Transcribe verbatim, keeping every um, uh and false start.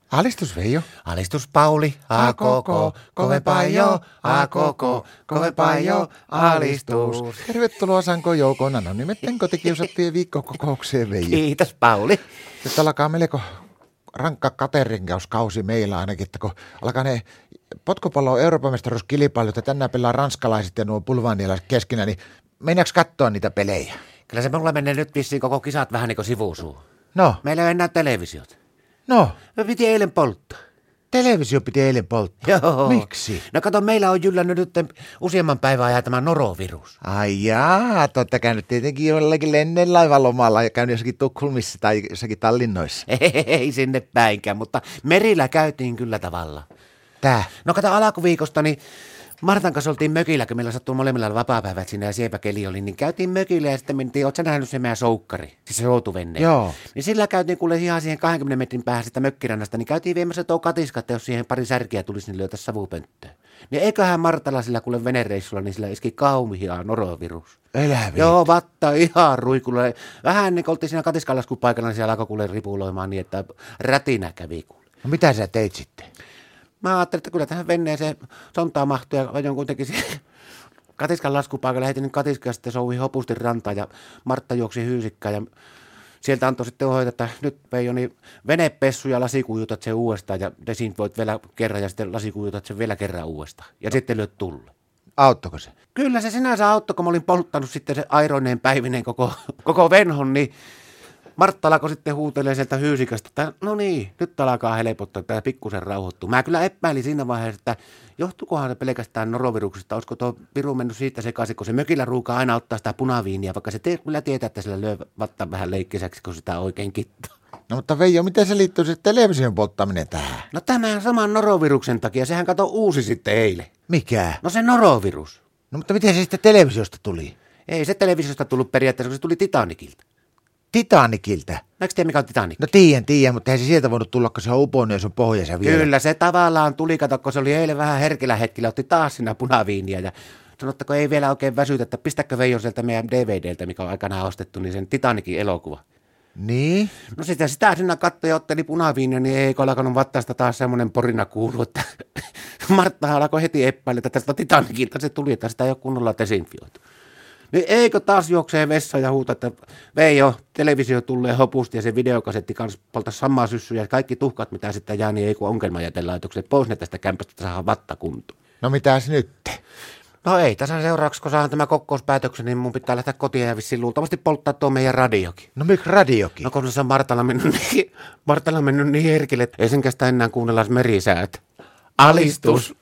Alistus Veijo. Alistus Pauli, a koko, kovempaa jo, a koko, kovempaa jo, alistus. Tervetuloa Sanko Joukon anonymitten kotikiusattujen viikkokokoukseen Veijo. Kiitos Pauli. Nyt alkaa melko rankka katerinkäyskausi meillä ainakin, että kun alkaa ne potkupallo Euroopan mestaruuskilpailut ja tänään pelaa ranskalaiset ja nuo pulvaanialaiset keskenään, niin meinaaks katsoa niitä pelejä? Kyllä se mulla menee nyt vissiin koko kisat vähän niin kuin sivusuun. No. Meillä ei ole enää televisiot. No. Me piti eilen polttaa. Televisio piti eilen polttaa. Joo. Miksi? No kato, meillä on jyllännyt nyt useamman päivän ajan tämä norovirus. Ai jaa, te olette käynyt tietenkin jollakin lennenlaivalomalla ja käynyt jossakin Tukholmissa tai jossakin Tallinnoissa. Ei sinne päinkään, mutta merillä käytiin kyllä tavalla. Tää? No kato, alkuviikosta niin Martan kanssa oltiin mökillä, kun meillä sattuu molemmilla vapaapäivät siinä ja siepäkeli oli, niin käytiin mökillä ja sitten mentiin, ootko sä nähnyt se meidän soukkari, siis se routuvenne? Joo. Niin sillä käytiin kuule ihan siihen kahdenkymmenen metrin päähän sitä mökkirannasta, niin käytiin viemässä tuo katiska, että jos siihen pari särkiä tulisi, niin lyötäisiin savupönttöön. Niin eiköhän Martalla sillä kuule venereissulla, niin sillä iski kauhia norovirus. Eläviä. Joo, vatta ihan ruikulla. Vähän ennen kuin oltiin siinä katiskanlaskupaikalla, niin siellä alkoi kuule ripuloimaan niin, että rätinä kävi kuule. No mitä sä teit sitten? Mä ajattelin, että kyllä tähän veneeseen sontaa mahtuu ja ajoin kuitenkin siihen katiskan laskupaikalle, heitin nyt katiskaa ja sitten souvi hopusti rantaan ja Martta juoksi hyysikkään ja sieltä antoi sitten ohjeita, että nyt Veijo, niin venepessu ja lasikujutat sen uudestaan ja desinvoit vielä kerran ja sitten lasikujutat sen vielä kerran uudestaan ja sitten lyöt tulle. Auttoiko se? Kyllä se sinänsä auttoi, kun mä olin polttanut sitten se airoineen päivinen koko, koko venhon, niin Martta alkoi sitten huutelee sieltä hyysikästä, että no niin, nyt alkaa helpottaa, että pikkusen rauhoittuu. Mä kyllä epäilin siinä vaiheessa, että johtuukohan se pelkästään noroviruksesta, olisiko tuo piru mennyt siitä sekaisin, kun se mökillä ruukaa aina ottaa sitä punaviiniä, vaikka se te- kyllä tietää, että sillä lyö vatta vähän leikkiseksi, kun sitä oikein kittaa. No mutta Veijo, miten se liittyy se television polttaminen tähän? No tämän saman noroviruksen takia, sehän kato uusi sitten eilen. Mikä? No se norovirus. No mutta miten se sitten televisiosta tuli? Ei se televisiosta tullut periaatteessa, kun se tuli Titanicilta. Titanicilta? No eikö tiedä, mikä on Titanic? No tiedän, tiedän, mutta eihän se sieltä voinut tulla, kun se on uponnut ja se on pohjassa vielä. Kyllä se tavallaan tuli, kato, kun se oli eilen vähän herkillä hetkillä, otti taas siinä punaviiniä ja sanottako ei vielä oikein väsytä, että pistäkö Veijo sieltä meidän D V D:ltä, mikä on aikanaan ostettu, niin sen Titanicin elokuva. Niin? No sitä, sitä sinä katsoi ja otteli punaviiniä, niin eikö alkanut vattaasta taas semmoinen porina kuulu, että Martta alkoi heti epäillä, että tästä Titanicilta se tuli, että sitä ei ole kunnolla desinfioitu. Niin eikö taas juoksee vessaan ja huuta, että Veijo, televisio tulee hopusti ja se videokasetti kanssa polta samaa syssyä ja kaikki tuhkat, mitä sitten jää, niin ei kun ongelmajätelaitokset pois ne tästä kämpästä, että saadaan vatta kuntoon. No mitäs nyt? No ei, tässä seuraavaksi, kun saadaan tämä kokouspäätöksen, niin mun pitää lähteä kotiin ja vissiin luultavasti polttaa tuo meidän radiokin. No miksi radiokin? No kun se on Martalla mennyt niin, Martalla mennyt niin herkille, että ei sen kestä enää kuunnella merisäät. Alistus!